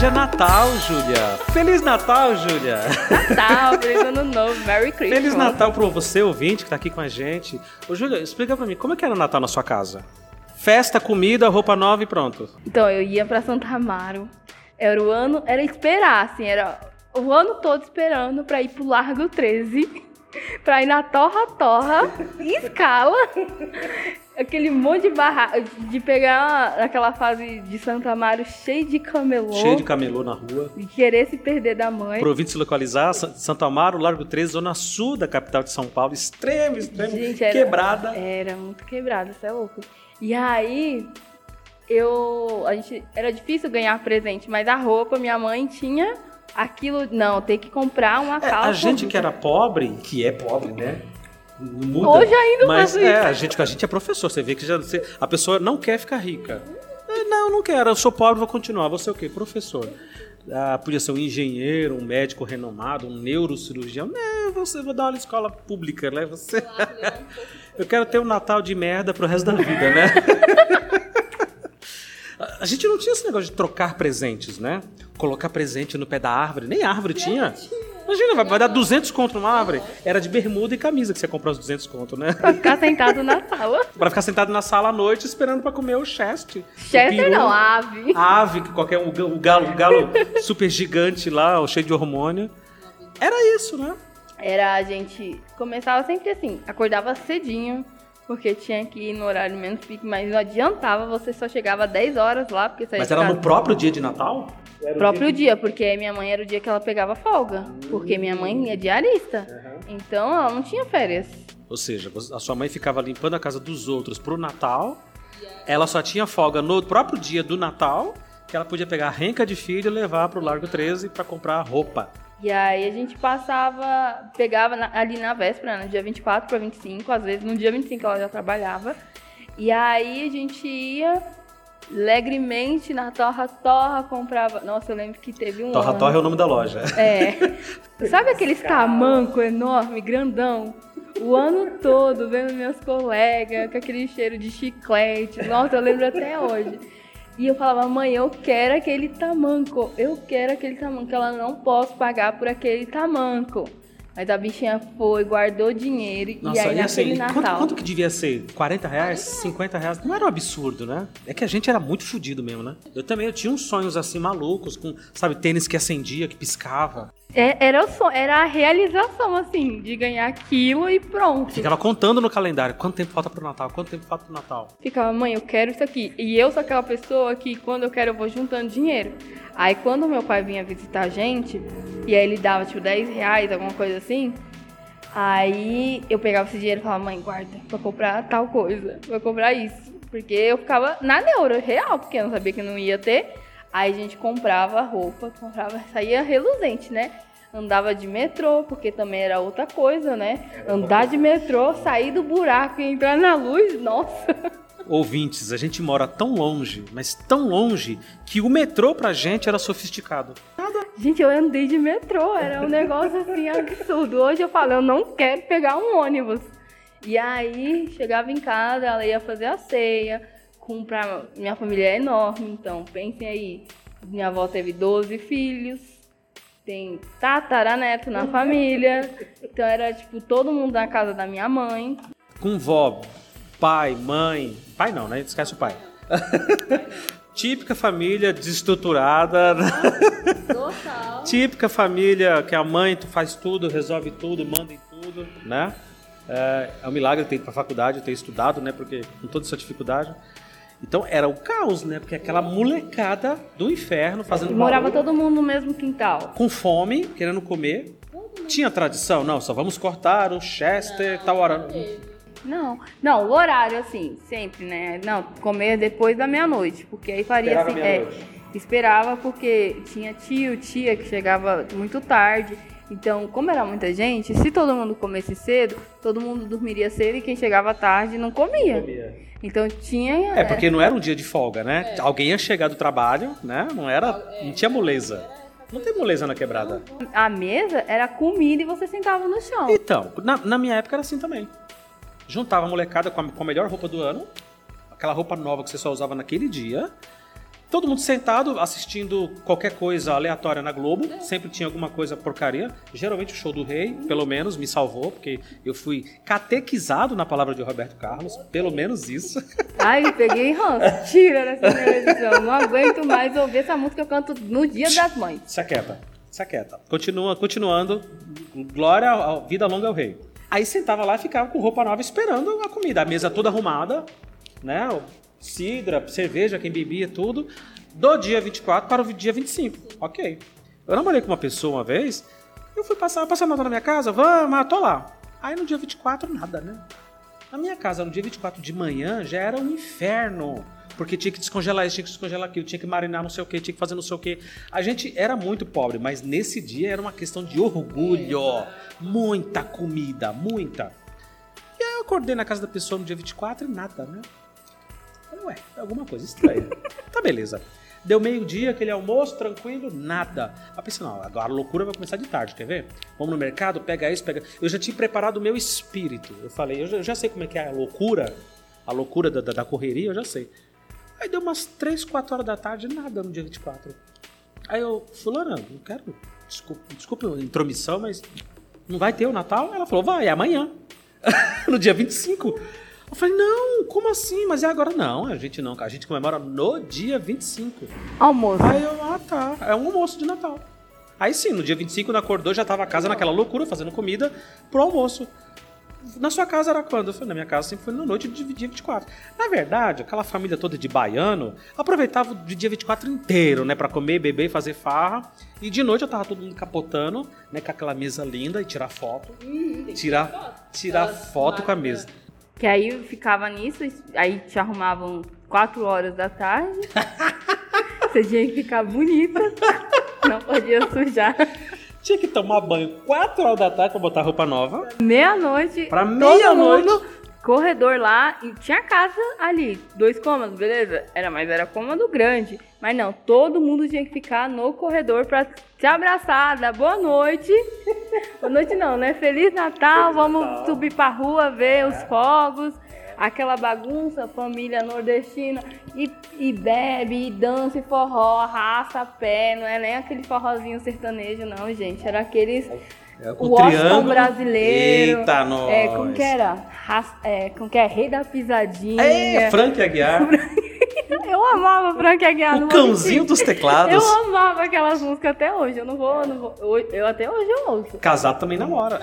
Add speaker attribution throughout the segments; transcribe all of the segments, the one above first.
Speaker 1: Hoje é Natal, Júlia. Feliz Natal, Júlia.
Speaker 2: Natal, feliz ano novo, Merry Christmas.
Speaker 1: Feliz Natal para você, ouvinte, que tá aqui com a gente. Ô, Júlia, explica pra mim, como é que era o Natal na sua casa? Festa, comida, roupa nova e pronto.
Speaker 2: Então, eu ia pra Santa Amaro. Era esperar, assim, era o ano todo esperando pra ir pro Largo 13, pra ir na Torra, em escala. Aquele monte de barraca, de pegar aquela fase de Santa Amaro cheio de camelô.
Speaker 1: Cheio de camelô na rua.
Speaker 2: De querer se perder da mãe.
Speaker 1: Pro ouvinte se localizar, Santo Amaro, Largo 13, zona sul da capital de São Paulo. Extremo, gente, quebrada.
Speaker 2: Era muito quebrada, você é louco. E aí, era difícil ganhar presente, mas a roupa, minha mãe tinha aquilo, não, tem que comprar uma calça.
Speaker 1: A gente que era pobre, que é pobre, né? Muda,
Speaker 2: hoje ainda
Speaker 1: mas
Speaker 2: isso.
Speaker 1: A gente é professor, você vê que a pessoa não quer ficar rica. Não quero, eu sou pobre, vou continuar. Você é o quê? Professor. Podia ser um engenheiro, um médico renomado, um neurocirurgião. Não, você vou dar uma escola pública, né? Você... Eu quero ter um Natal de merda pro resto da vida, né? A gente não tinha esse negócio de trocar presentes, né? Colocar presente no pé da árvore, nem árvore tinha. Imagina, vai dar 200 conto numa árvore. Era de bermuda e camisa que você comprou os 200 conto, né?
Speaker 2: Pra ficar sentado na sala.
Speaker 1: Pra ficar sentado na sala à noite esperando pra comer o chester.
Speaker 2: Chester não, a ave.
Speaker 1: A ave, que qualquer o galo super gigante lá, cheio de hormônio. Era isso, né?
Speaker 2: A gente começava sempre assim, acordava cedinho, porque tinha que ir no horário menos pique, mas não adiantava, você só chegava 10 horas lá. Porque
Speaker 1: mas era no próprio dia de Natal?
Speaker 2: Próprio dia, porque minha mãe era o dia que ela pegava folga. Porque minha mãe é diarista. Então ela não tinha férias.
Speaker 1: Ou seja, a sua mãe ficava limpando a casa dos outros pro Natal. Ela só tinha folga no próprio dia do Natal, que ela podia pegar a renca de filho e levar pro Largo 13 pra comprar roupa.
Speaker 2: E aí a gente pegava ali na véspera, no dia 24 para 25, às vezes no dia 25 ela já trabalhava. E aí a gente ia alegremente na Torra, comprava... Nossa, eu lembro que teve um
Speaker 1: Torra é o nome da loja.
Speaker 2: Sabe aqueles tamanco enorme, grandão? O ano todo, vendo meus colegas com aquele cheiro de chiclete. Nossa, eu lembro até hoje. E eu falava, mãe, eu quero aquele tamanco. Ela não posso pagar por aquele tamanco. Mas a bichinha foi, guardou dinheiro.
Speaker 1: Nossa,
Speaker 2: e aí naquele Natal...
Speaker 1: Quanto que devia ser? 40 reais? 50 reais? Não era um absurdo, né? É que a gente era muito fodido mesmo, né? Eu tinha uns sonhos assim malucos, com, sabe, tênis que acendia, que piscava.
Speaker 2: Era a realização, assim, de ganhar aquilo e pronto.
Speaker 1: Ficava contando no calendário, quanto tempo falta pro Natal?
Speaker 2: Ficava, mãe, eu quero isso aqui. E eu sou aquela pessoa que, quando eu quero, eu vou juntando dinheiro. Aí, quando meu pai vinha visitar a gente, e aí ele dava, tipo, 10 reais, alguma coisa assim, aí eu pegava esse dinheiro e falava, mãe, guarda, pra comprar tal coisa, vou comprar isso. Porque eu ficava na neura real, porque eu não sabia que não ia ter. Aí a gente comprava roupa, saía reluzente, né? Andava de metrô, porque também era outra coisa, né? Andar de metrô, sair do buraco e entrar na luz, nossa.
Speaker 1: Ouvintes, a gente mora tão longe, mas tão longe, que o metrô pra gente era sofisticado.
Speaker 2: Gente, eu andei de metrô, era um negócio assim absurdo. Hoje eu falo, eu não quero pegar um ônibus. E aí, chegava em casa, ela ia fazer a ceia, minha família é enorme, então pensem aí, minha avó teve 12 filhos, tem tataraneto na família, então era tipo todo mundo na casa da minha mãe.
Speaker 1: Com vó, pai, mãe, pai não, né? Esquece o pai. Típica família desestruturada. Total. Típica família que a mãe faz tudo, resolve tudo, manda em tudo, né? É um milagre ter ido pra faculdade, ter estudado, né? Porque com toda essa dificuldade. Então era o caos, né? Porque aquela molecada do inferno fazendo barulho.
Speaker 2: Morava todo mundo no mesmo quintal.
Speaker 1: Com fome, querendo comer. Tinha tradição? Não, só vamos cortar o chester, tal hora.
Speaker 2: Não, o horário assim, sempre, né? Não, comer depois da meia-noite, porque aí faria assim, esperava porque tinha tia que chegava muito tarde. Então, como era muita gente, se todo mundo comesse cedo, todo mundo dormiria cedo e quem chegava tarde não comia. Então tinha...
Speaker 1: porque não era um dia de folga, né? Alguém ia chegar do trabalho, né? Não tinha moleza. Não tem moleza na quebrada.
Speaker 2: A mesa era comida e você sentava no chão.
Speaker 1: Então, na minha época era assim também. Juntava a molecada com a melhor roupa do ano, aquela roupa nova que você só usava naquele dia, Todo mundo sentado, assistindo qualquer coisa aleatória na Globo. Sempre tinha alguma coisa porcaria. Geralmente o Show do Rei, pelo menos, me salvou, porque eu fui catequizado na palavra de Roberto Carlos. Pelo menos isso.
Speaker 2: Ai, peguei ranço. Tira dessa televisão. Não aguento mais ouvir essa música que eu canto no Dia das Mães.
Speaker 1: Se aquieta. Continuando. Glória, vida longa ao rei. Aí sentava lá e ficava com roupa nova esperando a comida. A mesa toda arrumada, né? Cidra, cerveja, quem bebia, tudo. Do dia 24 para o dia 25. Ok. Eu namorei com uma pessoa uma vez. Eu fui passar Natal na minha casa. Vamos, tô lá. Aí no dia 24, nada, né? Na minha casa, no dia 24 de manhã, já era um inferno. Porque tinha que descongelar isso, tinha que descongelar aquilo, tinha que marinar não sei o que, tinha que fazer não sei o que. A gente era muito pobre, mas nesse dia era uma questão de orgulho. Muita comida, muita. E aí eu acordei na casa da pessoa no dia 24 e nada, né? Ué, alguma coisa estranha. Tá, beleza. Deu meio-dia, aquele almoço, tranquilo, nada. Eu pensei, não, agora a loucura vai começar de tarde, quer ver? Vamos no mercado, pega isso, pega... Eu já tinha preparado o meu espírito. Eu falei, eu já sei como é que é a loucura da correria, eu já sei. Aí deu umas 3, 4 horas da tarde, nada no dia 24. Aí eu, fulana, não quero... Desculpa a intromissão, mas não vai ter o Natal? Ela falou, vai, é amanhã. No dia 25. Eu falei, não, como assim? Mas é agora? Não, a gente comemora no dia 25.
Speaker 2: Almoço.
Speaker 1: Aí eu, tá, é um almoço de Natal. Aí sim, no dia 25, quando acordou, já tava a casa naquela loucura, fazendo comida pro almoço. Na sua casa era quando? Eu falei, na minha casa sempre foi na noite de dia 24. Na verdade, aquela família toda de baiano aproveitava o dia 24 inteiro, né? Pra comer, beber, fazer farra. E de noite eu tava todo mundo capotando, né? Com aquela mesa linda e tirar foto. Tirar foto com a mesa.
Speaker 2: Que aí eu ficava nisso, aí te arrumavam 4 horas da tarde. Você tinha que ficar bonita. Não podia sujar.
Speaker 1: Tinha que tomar banho 4 horas da tarde pra botar roupa nova.
Speaker 2: Meia-noite.
Speaker 1: Pra meia-noite.
Speaker 2: Corredor lá. E tinha casa ali. 2 cômodos, beleza? Mas era cômodo grande. Mas não, todo mundo tinha que ficar no corredor pra se abraçar, dar boa noite. Boa noite não, né? Feliz Natal, vamos subir pra rua, ver os fogos. Aquela bagunça, família nordestina, e bebe, e dança, e forró, arrasta a pé, não é nem aquele forrozinho sertanejo, não, gente. Era aqueles o Washington brasileiro.
Speaker 1: Eita, nós!
Speaker 2: Como que era? Como que é? Rei da Pisadinha.
Speaker 1: Frank Aguiar.
Speaker 2: Eu amava Frank Aguiar.
Speaker 1: O cãozinho dos teclados.
Speaker 2: Eu amava aquelas músicas até hoje. Eu não vou. Eu até hoje eu ouço.
Speaker 1: Casado também namora.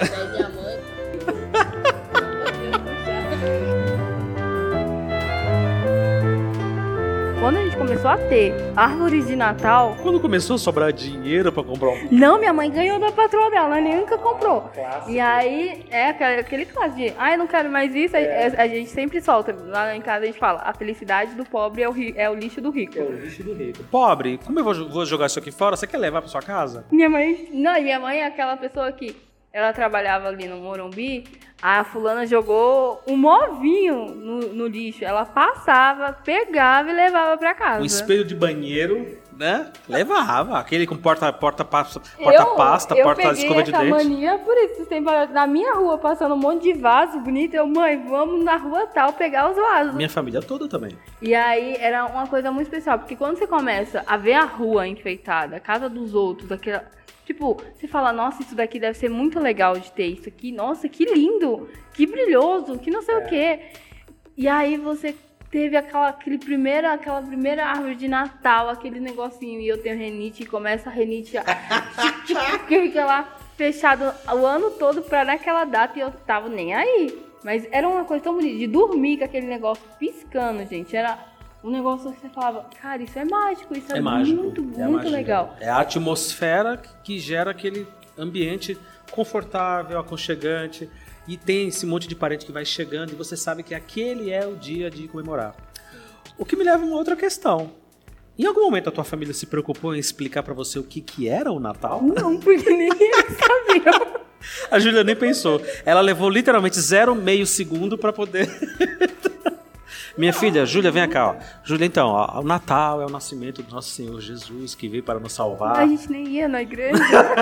Speaker 2: Quando a gente começou a ter árvores de Natal...
Speaker 1: Quando começou a sobrar dinheiro pra comprar um...
Speaker 2: Não, minha mãe ganhou da patroa dela, ela nunca comprou.
Speaker 1: Clássico.
Speaker 2: E aí, aquele clássico de... eu não quero mais isso. A gente sempre solta. Lá em casa a gente fala, a felicidade do pobre é o lixo do rico.
Speaker 1: É o lixo do rico. Pobre, como eu vou jogar isso aqui fora? Você quer levar pra sua casa?
Speaker 2: Minha mãe é aquela pessoa que... Ela trabalhava ali no Morumbi, a fulana jogou um ovinho no lixo. Ela passava, pegava e levava pra casa.
Speaker 1: Um espelho de banheiro, né? Levava. Aquele com porta-pasta, porta escova de dente.
Speaker 2: Eu peguei essa mania por isso. Na minha rua, passando um monte de vaso bonito. Mãe, vamos na rua tal pegar os vasos.
Speaker 1: Minha família toda também.
Speaker 2: E aí, era uma coisa muito especial. Porque quando você começa a ver a rua enfeitada, a casa dos outros, aquela... Tipo, você fala, nossa, isso daqui deve ser muito legal de ter isso aqui. Nossa, que lindo, que brilhoso, que não sei o quê. E aí você teve aquela primeira árvore de Natal, aquele negocinho. E eu tenho renite e começa a renite que fica lá fechado o ano todo pra naquela data e eu tava nem aí. Mas era uma coisa tão bonita, de dormir com aquele negócio piscando, gente. Era... um negócio que você falava, cara, isso é mágico, isso é
Speaker 1: mágico,
Speaker 2: muito legal.
Speaker 1: É a atmosfera que gera aquele ambiente confortável, aconchegante, e tem esse monte de parente que vai chegando e você sabe que aquele é o dia de comemorar. O que me leva a uma outra questão. Em algum momento a tua família se preocupou em explicar pra você o que era o Natal?
Speaker 2: Não, porque nem eles sabiam.
Speaker 1: A Júlia nem pensou. Ela levou literalmente 0,5 segundo pra poder... Minha filha, Júlia, vem cá, ó. Júlia, então, ó, o Natal é o nascimento do nosso Senhor Jesus, que veio para nos salvar.
Speaker 2: A gente nem ia na igreja.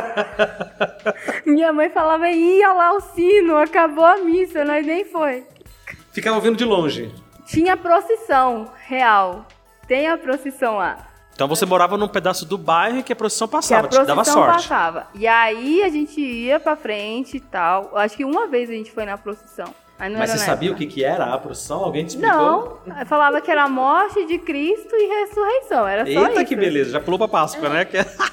Speaker 2: Minha mãe falava, ia lá o sino, acabou a missa, nós nem foi.
Speaker 1: Ficava ouvindo de longe.
Speaker 2: Tinha procissão real. Tem a procissão lá.
Speaker 1: Então você morava num pedaço do bairro que a procissão passava, te dava sorte.
Speaker 2: Passava. E aí a gente ia pra frente e tal. Acho que uma vez a gente foi na procissão. Aí não. Mas
Speaker 1: você sabia o que era a procissão? Alguém te explicou?
Speaker 2: Não, falava que era a morte de Cristo e ressurreição, era só isso.
Speaker 1: Eita, que beleza, já pulou pra Páscoa, né?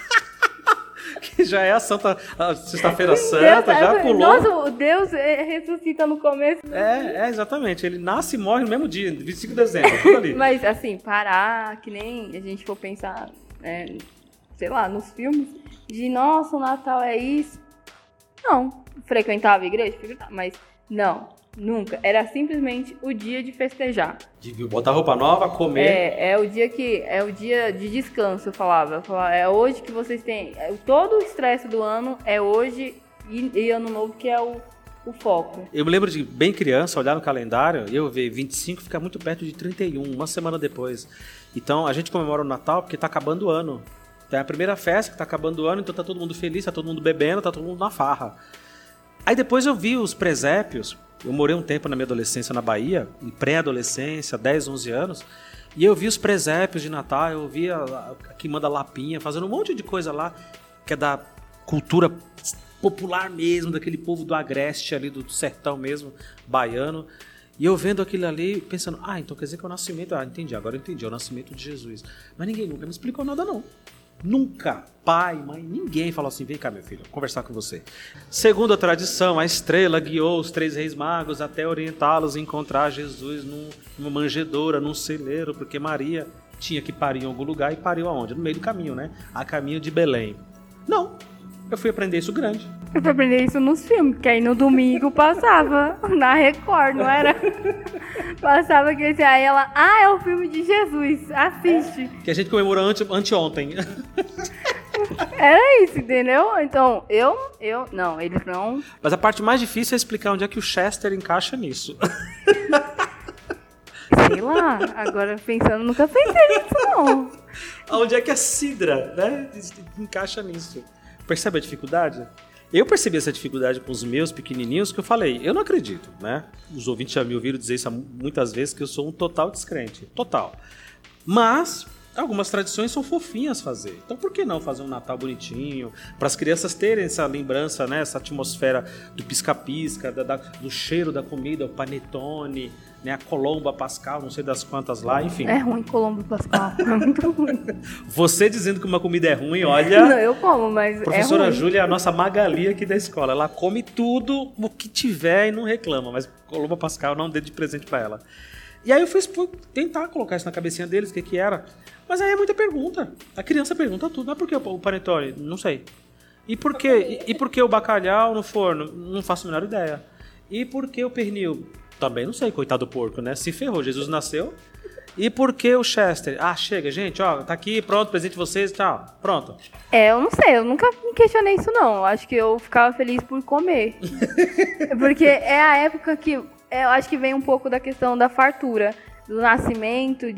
Speaker 1: Que já é a Sexta-feira Santa, já pulou.
Speaker 2: Nossa, o Deus ressuscita no começo.
Speaker 1: Exatamente. Ele nasce e morre no mesmo dia, 25 de dezembro, tudo ali.
Speaker 2: Mas, assim, parar, que nem a gente for pensar, sei lá, nos filmes, de, nossa, o Natal é isso. Não. Frequentava a igreja? Mas não. Nunca. Era simplesmente o dia de festejar.
Speaker 1: De botar roupa nova, comer.
Speaker 2: É o dia de descanso, eu falava. É hoje que vocês têm. Todo o estresse do ano é hoje e ano novo que é o foco.
Speaker 1: Eu me lembro de, bem criança, olhar no calendário e eu ver 25 fica muito perto de 31, uma semana depois. Então a gente comemora o Natal porque tá acabando o ano. É a primeira festa que tá acabando o ano, então tá todo mundo feliz, tá todo mundo bebendo, tá todo mundo na farra. Aí depois eu vi os presépios. Eu morei um tempo na minha adolescência na Bahia, em pré-adolescência, 10, 11 anos, e eu vi os presépios de Natal, eu vi a que manda lapinha, fazendo um monte de coisa lá, que é da cultura popular mesmo, daquele povo do agreste ali, do sertão mesmo, baiano, e eu vendo aquilo ali, pensando, então quer dizer que é o nascimento, entendi, agora eu entendi, é o nascimento de Jesus. Mas ninguém nunca me explicou nada não. Nunca, pai, mãe, ninguém falou assim, vem cá meu filho, conversar com você. Segundo a tradição, a estrela guiou os 3 reis magos até orientá-los a encontrar Jesus numa manjedoura, num celeiro, porque Maria tinha que parir em algum lugar e pariu aonde? No meio do caminho, né? A caminho de Belém. Não, eu fui aprender isso grande.
Speaker 2: Eu fui aprender isso nos filmes, porque aí no domingo passava na Record, não era? Passava que assim, aí ela, é o filme de Jesus, assiste.
Speaker 1: Que a gente comemorou anteontem.
Speaker 2: Era isso, entendeu? Então, não, eles não...
Speaker 1: Mas a parte mais difícil é explicar onde é que o Chester encaixa nisso.
Speaker 2: Sei lá, agora pensando, nunca pensei nisso não.
Speaker 1: Onde é que a Cidra, né, encaixa nisso? Percebe a dificuldade? Eu percebi essa dificuldade com os meus pequenininhos, que eu falei, eu não acredito, né? Os ouvintes já me ouviram dizer isso muitas vezes, que eu sou um total descrente, total. Mas algumas tradições são fofinhas fazer. Então por que não fazer um Natal bonitinho, para as crianças terem essa lembrança, né? Essa atmosfera do pisca-pisca, do cheiro da comida, o panetone, né? A colomba pascal, não sei das quantas lá, enfim.
Speaker 2: É ruim colomba pascal, é muito ruim.
Speaker 1: Você dizendo que uma comida é ruim, olha...
Speaker 2: Não, eu como, mas
Speaker 1: Professora Júlia é a nossa Magali aqui da escola. Ela come tudo o que tiver e não reclama, mas colomba pascal não dê de presente para ela. E aí eu fui tentar colocar isso na cabecinha deles, o que era. Mas aí é muita pergunta. A criança pergunta tudo. Mas por que o panetone? Não sei. E por que o bacalhau no forno? Não faço a menor ideia. E por que o pernil? Também não sei, coitado do porco, né? Se ferrou, Jesus nasceu. E por que o Chester? Chega, gente, tá aqui, pronto, presente de vocês, tchau, pronto.
Speaker 2: Eu não sei, eu nunca me questionei isso não. Eu acho que eu ficava feliz por comer. Porque é a época que, eu acho que vem um pouco da questão da fartura, do nascimento,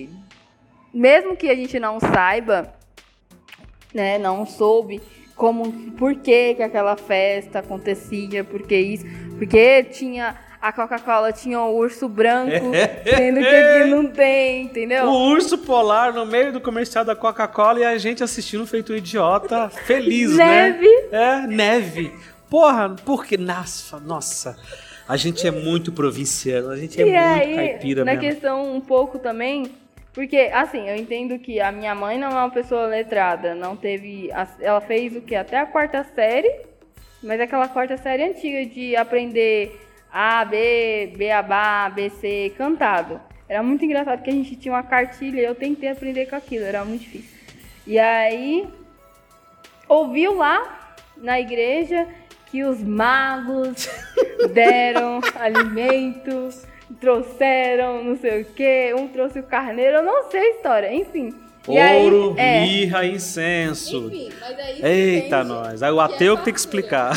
Speaker 2: mesmo que a gente não saiba, né, não soube por que aquela festa acontecia, porque tinha... A Coca-Cola tinha um urso branco, sendo que aqui não tem, entendeu?
Speaker 1: O urso polar no meio do comercial da Coca-Cola e a gente assistindo feito um idiota feliz,
Speaker 2: neve.
Speaker 1: Né? Neve. Porra, por que? Nossa, a gente é muito provinciano, a gente é muito caipira
Speaker 2: na
Speaker 1: mesmo.
Speaker 2: Questão um pouco também, porque, assim, eu entendo que a minha mãe não é uma pessoa letrada, não teve... Ela fez o quê? Até a 4ª série, mas aquela 4ª série antiga de aprender... A, B, Beabá, ABC, cantado. Era muito engraçado que a gente tinha uma cartilha e eu tentei aprender com aquilo, era muito difícil. E aí, ouviu lá na igreja que os magos deram alimento, trouxeram não sei o quê, um trouxe o carneiro, eu não sei a história, enfim.
Speaker 1: Ouro, mirra, incenso.
Speaker 2: Enfim, mas aí
Speaker 1: eita, nós. Aí o ateu que tem que explicar.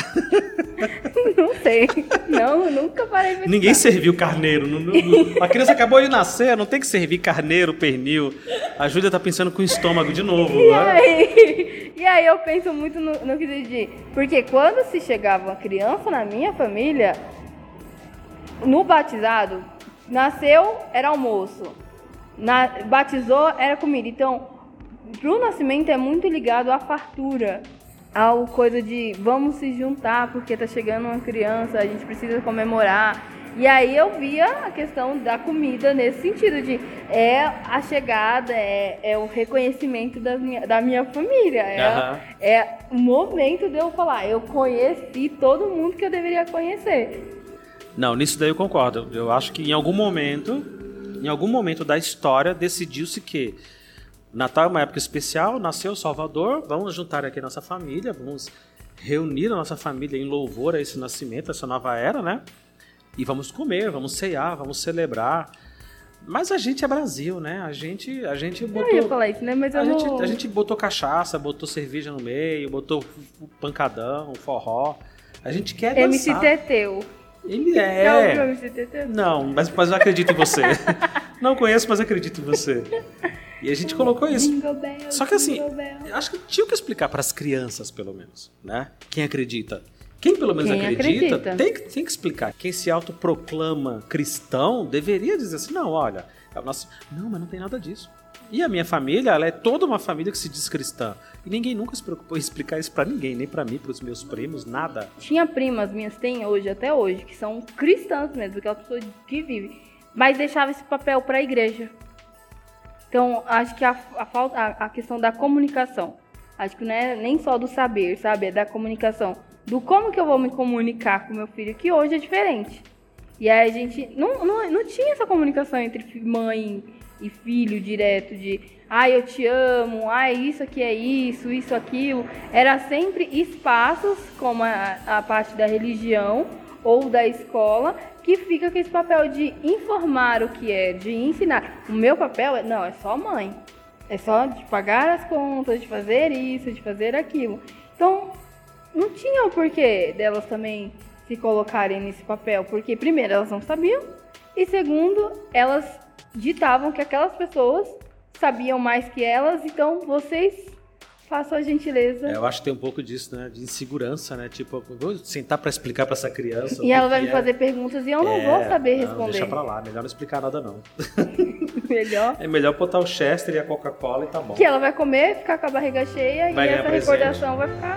Speaker 2: Não sei. Não, nunca parei de
Speaker 1: Ninguém serviu carneiro. A criança acabou de nascer, não tem que servir carneiro, pernil. A Júlia tá pensando com o estômago de novo.
Speaker 2: E aí eu penso muito no que dizer. Porque quando se chegava uma criança na minha família, no batizado, nasceu, era almoço. Batizou, era comida. Então, pro nascimento é muito ligado à fartura, ao coisa de vamos se juntar porque tá chegando uma criança, a gente precisa comemorar. E aí eu via a questão da comida nesse sentido de a chegada, é o reconhecimento da minha família, é o momento de eu falar, eu conheci todo mundo que eu deveria conhecer.
Speaker 1: Não, nisso daí eu concordo. Eu acho que em algum momento da história decidiu-se que Natal é uma época especial, nasceu Salvador, vamos juntar aqui a nossa família, vamos reunir a nossa família em louvor a esse nascimento, a essa nova era, né? E vamos comer, vamos ceiar, vamos celebrar. Mas a gente é Brasil, né? A gente botou...
Speaker 2: Eu ia falar isso, né? Mas
Speaker 1: a gente botou cachaça, botou cerveja no meio, botou o pancadão, o forró. A gente quer dançar.
Speaker 2: MC Teteu.
Speaker 1: Ele é.
Speaker 2: Já ouviu MC Teteu?
Speaker 1: Não, mas eu acredito em você. Não conheço, mas acredito em você. E a gente colocou isso. Só que assim, eu acho que tinha que explicar para as crianças, pelo menos, né? Quem acredita. Quem pelo menos acredita. Tem que explicar. Quem se autoproclama cristão deveria dizer assim, não, olha, não, mas não tem nada disso. E a minha família, ela é toda uma família que se diz cristã. E ninguém nunca se preocupou em explicar isso pra ninguém, nem pra mim, pros meus primos, nada.
Speaker 2: Tinha primas minhas, tem hoje, até hoje, que são cristãs mesmo, aquela pessoa que vive. Mas deixava esse papel pra igreja. Então, acho que a questão da comunicação. Acho que não é nem só do saber, sabe? É da comunicação. Do como que eu vou me comunicar com meu filho, que hoje é diferente. E aí a gente não tinha essa comunicação entre mãe e filho direto de eu te amo, isso aqui é isso aquilo. Era sempre espaços, como a parte da religião ou da escola, que fica com esse papel de informar o que é, de ensinar. O meu papel é só mãe. É só de pagar as contas, de fazer isso, de fazer aquilo. Então, não tinha o porquê delas também se colocarem nesse papel. Porque, primeiro, elas não sabiam. E, segundo, elas ditavam que aquelas pessoas sabiam mais que elas. Então, vocês façam a gentileza.
Speaker 1: Eu acho que tem um pouco disso, né? De insegurança, né? Tipo, eu vou sentar pra explicar pra essa criança.
Speaker 2: E ela vai me fazer perguntas e eu não vou saber responder.
Speaker 1: Deixa pra lá, melhor não explicar nada, não.
Speaker 2: Melhor.
Speaker 1: É melhor botar o Chester e a Coca-Cola e tá bom.
Speaker 2: Que ela vai comer, ficar com a barriga cheia
Speaker 1: vai
Speaker 2: e essa recordação vai ficar...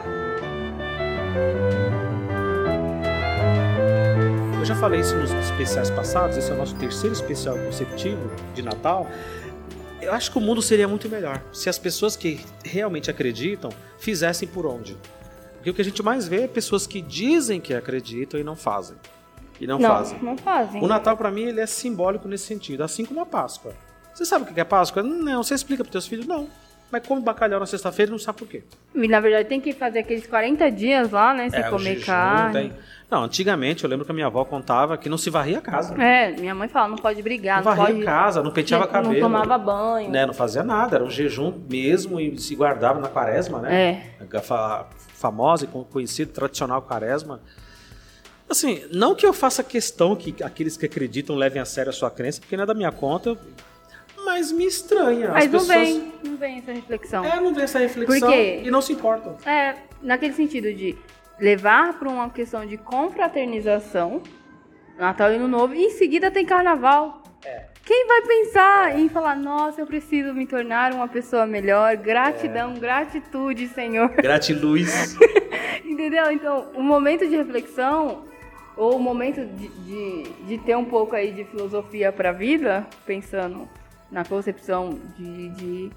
Speaker 1: Eu já falei isso nos especiais passados, esse é o nosso terceiro especial conceptivo de Natal. Eu acho que o mundo seria muito melhor se as pessoas que realmente acreditam fizessem por onde. Porque o que a gente mais vê é pessoas que dizem que acreditam e não fazem. Não fazem. O Natal, pra mim, ele é simbólico nesse sentido, assim como a Páscoa. Você sabe o que é Páscoa? Não. Você explica pros teus filhos? Não. Mas come bacalhau na sexta-feira e não sabe por quê.
Speaker 2: E, na verdade, tem que fazer aqueles 40 dias lá, né? Sem comer carne.
Speaker 1: Não, antigamente, eu lembro que a minha avó contava que não se varria a casa.
Speaker 2: Minha mãe fala, não pode brigar.
Speaker 1: Não varria a casa, não penteava cabelo.
Speaker 2: Não tomava banho.
Speaker 1: Né, não fazia nada, era um jejum mesmo e se guardava na quaresma, né? A famosa e conhecida, tradicional quaresma. Assim, não que eu faça questão que aqueles que acreditam levem a sério a sua crença, porque não é da minha conta, mas me estranha.
Speaker 2: Mas não vem essa reflexão.
Speaker 1: Não vem essa reflexão.
Speaker 2: Por quê?
Speaker 1: E não se importam.
Speaker 2: Naquele sentido de levar para uma questão de confraternização, Natal e Ano Novo, e em seguida tem Carnaval. Quem vai pensar em falar, nossa, eu preciso me tornar uma pessoa melhor, gratidão, gratitude, Senhor.
Speaker 1: Gratiluz.
Speaker 2: Entendeu? Então, o momento de reflexão, ou o momento de ter um pouco aí de filosofia para a vida, pensando na concepção de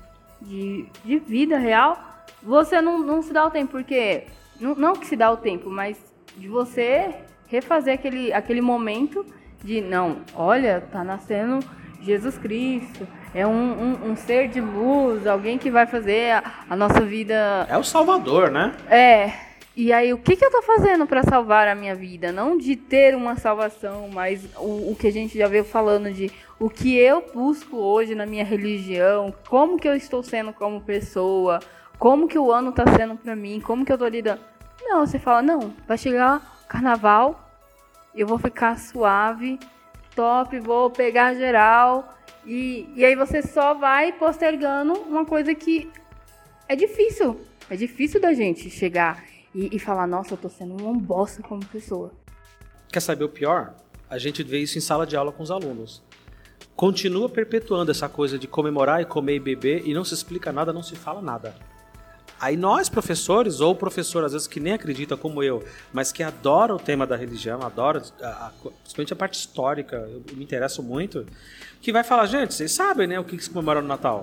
Speaker 2: vida real, você não se dá o tempo, porque... Não que se dá o tempo, mas de você refazer aquele momento de, olha, tá nascendo Jesus Cristo, é um ser de luz, alguém que vai fazer a nossa vida...
Speaker 1: É o Salvador, né?
Speaker 2: E aí, o que eu tô fazendo para salvar a minha vida? Não de ter uma salvação, mas o que a gente já veio falando de o que eu busco hoje na minha religião, como que eu estou sendo como pessoa... Como que o ano tá sendo pra mim? Como que eu tô lidando? Não, você fala, vai chegar Carnaval, eu vou ficar suave, top, vou pegar geral. E aí você só vai postergando uma coisa que é difícil. É difícil da gente chegar e falar, nossa, eu tô sendo uma bosta como pessoa.
Speaker 1: Quer saber o pior? A gente vê isso em sala de aula com os alunos. continua perpetuando essa coisa de comemorar e comer e beber e não se explica nada, não se fala nada. Aí nós, professores, ou professor às vezes que nem acredita como eu, mas que adora o tema da religião, adora principalmente a parte histórica, eu me interesso muito, que vai falar, gente, vocês sabem, né, o que se comemora no Natal?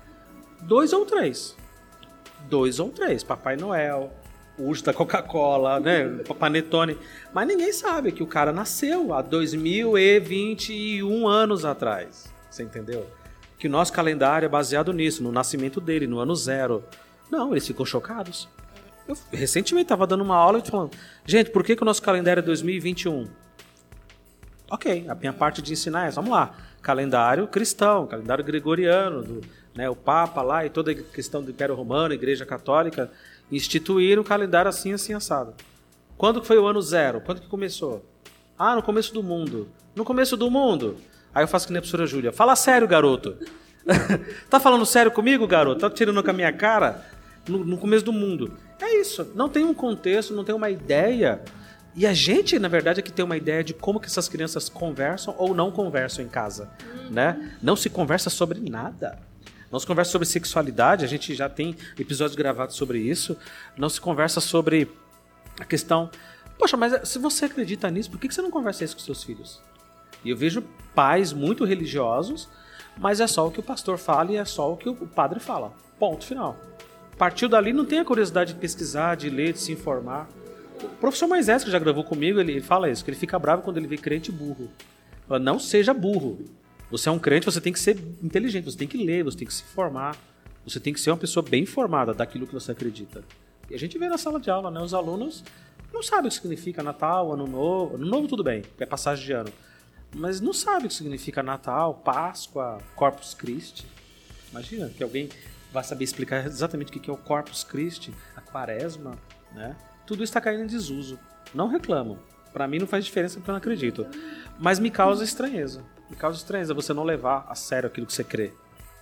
Speaker 1: 2 ou 3. 2 ou 3. Papai Noel, o urso da Coca-Cola, né, Panetone. Mas ninguém sabe que o cara nasceu há 2021 anos atrás. Você entendeu? Que o nosso calendário é baseado nisso, no nascimento dele, no ano 0. Não, eles ficam chocados. Eu recentemente estava dando uma aula e falando, gente, por que o nosso calendário é 2021? Ok, a minha parte de ensinar é, vamos lá, calendário cristão, calendário gregoriano, né, o Papa lá e toda a questão do Império Romano, Igreja Católica, instituíram o calendário assim, assim, assado. Quando foi o ano 0? Quando que começou? Ah, no começo do mundo. No começo do mundo? Aí eu faço que nem a professora Júlia. Fala sério, garoto. Tá falando sério comigo, garoto? Tá tirando com a minha cara? No começo do mundo. É isso. Não tem um contexto, não tem uma ideia. E a gente, na verdade, é que tem uma ideia de como que essas crianças conversam ou não conversam em casa. Né? Não se conversa sobre nada. Não se conversa sobre sexualidade, a gente já tem episódios gravados sobre isso. Não se conversa sobre a questão... Poxa, mas se você acredita nisso, por que você não conversa isso com seus filhos? E eu vejo pais muito religiosos, mas é só o que o pastor fala e é só o que o padre fala. Ponto final. Partiu dali, não tem a curiosidade de pesquisar, de ler, de se informar. O professor Moisés, que já gravou comigo, ele fala isso, que ele fica bravo quando ele vê crente burro. Ele fala, não seja burro. Você é um crente, você tem que ser inteligente, você tem que ler, você tem que se informar. Você tem que ser uma pessoa bem informada daquilo que você acredita. E a gente vê na sala de aula, né? Os alunos não sabem o que significa Natal, Ano Novo. Ano Novo tudo bem, é passagem de ano. Mas não sabem o que significa Natal, Páscoa, Corpus Christi. Imagina que alguém vai saber explicar exatamente o que é o Corpus Christi, a Quaresma, né? Tudo isso está caindo em desuso. Não reclamo. Para mim não faz diferença porque eu não acredito. Mas me causa estranheza. Me causa estranheza você não levar a sério aquilo que você crê.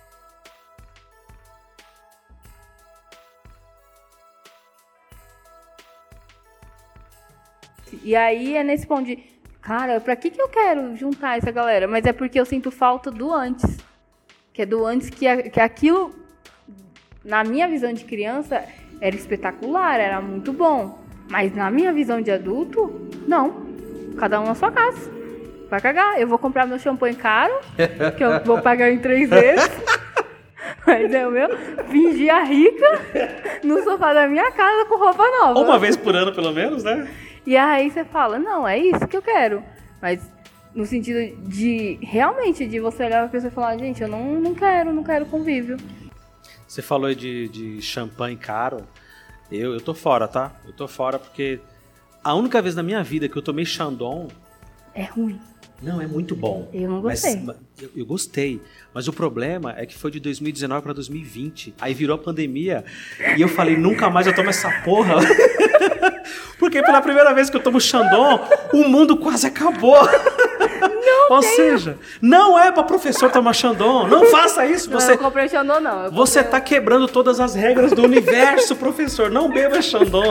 Speaker 2: E aí é nesse ponto de, cara, pra que eu quero juntar essa galera? Mas é porque eu sinto falta do antes. Que é do antes que aquilo, na minha visão de criança, era espetacular, era muito bom. Mas na minha visão de adulto, não. Cada um na sua casa. Vai cagar. Eu vou comprar meu champanhe caro, que eu vou pagar em 3 vezes. Mas é o meu. Fingir a rica no sofá da minha casa com roupa nova.
Speaker 1: Uma vez por ano, pelo menos, né?
Speaker 2: E aí você fala, não, é isso que eu quero. Mas no sentido de, realmente, de você olhar pra pessoa e falar, gente, eu não quero convívio.
Speaker 1: Você falou de champanhe caro. Eu tô fora, tá? Eu tô fora porque a única vez na minha vida que eu tomei Chandon...
Speaker 2: É ruim.
Speaker 1: Não, é muito bom.
Speaker 2: Eu não gostei.
Speaker 1: Mas, eu gostei. Mas o problema é que foi de 2019 para 2020. Aí virou a pandemia. E eu falei, nunca mais eu tomo essa porra. Porque pela primeira vez que eu tomo Chandon, o mundo quase acabou. Ou seja, não é para professor tomar Chandon. Não faça isso.
Speaker 2: Você, eu não comprei Chandon, não.
Speaker 1: Você tá quebrando todas as regras do universo, professor. Não beba Chandon.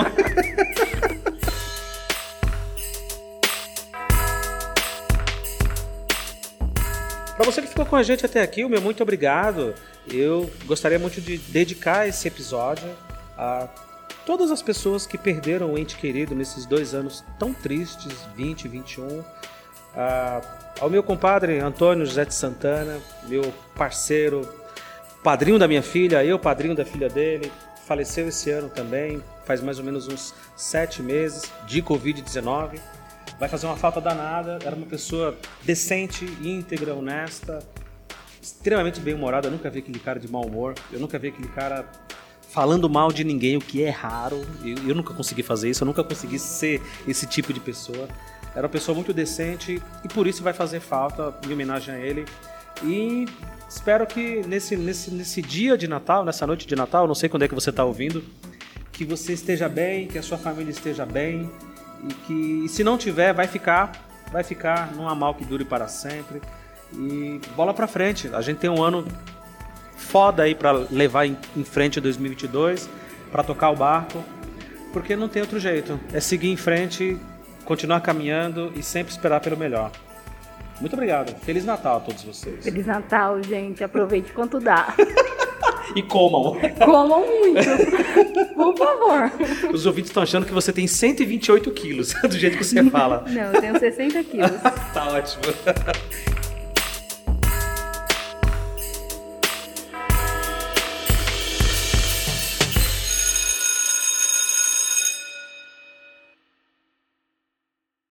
Speaker 1: Para você que ficou com a gente até aqui, o meu muito obrigado. Eu gostaria muito de dedicar esse episódio a todas as pessoas que perderam o ente querido nesses 2 anos tão tristes, 20 e 21. Ao meu compadre Antônio José de Santana, meu parceiro, padrinho da minha filha, eu padrinho da filha dele, faleceu esse ano também, faz mais ou menos uns 7 meses, de Covid-19. Vai fazer uma falta danada, era uma pessoa decente, íntegra, honesta, extremamente bem-humorada. Eu nunca vi aquele cara de mau humor, eu nunca vi aquele cara falando mal de ninguém, o que é raro. Eu nunca consegui fazer isso, eu nunca consegui ser esse tipo de pessoa. Era uma pessoa muito decente e por isso vai fazer falta em homenagem a ele. E espero que nesse dia de Natal, nessa noite de Natal, não sei quando é que você está ouvindo, que você esteja bem, que a sua família esteja bem. E que se não tiver, vai ficar, não há mal que dure para sempre. E bola pra frente, a gente tem um ano foda aí pra levar em frente 2022, pra tocar o barco, porque não tem outro jeito, é seguir em frente, continuar caminhando e sempre esperar pelo melhor. Muito obrigado. Feliz Natal a todos vocês.
Speaker 2: Feliz Natal, gente. Aproveite quanto dá.
Speaker 1: E comam.
Speaker 2: Comam muito. Por favor.
Speaker 1: Os ouvintes estão achando que você tem 128 quilos, do jeito que você fala.
Speaker 2: Não, eu tenho 60 quilos.
Speaker 1: Tá ótimo.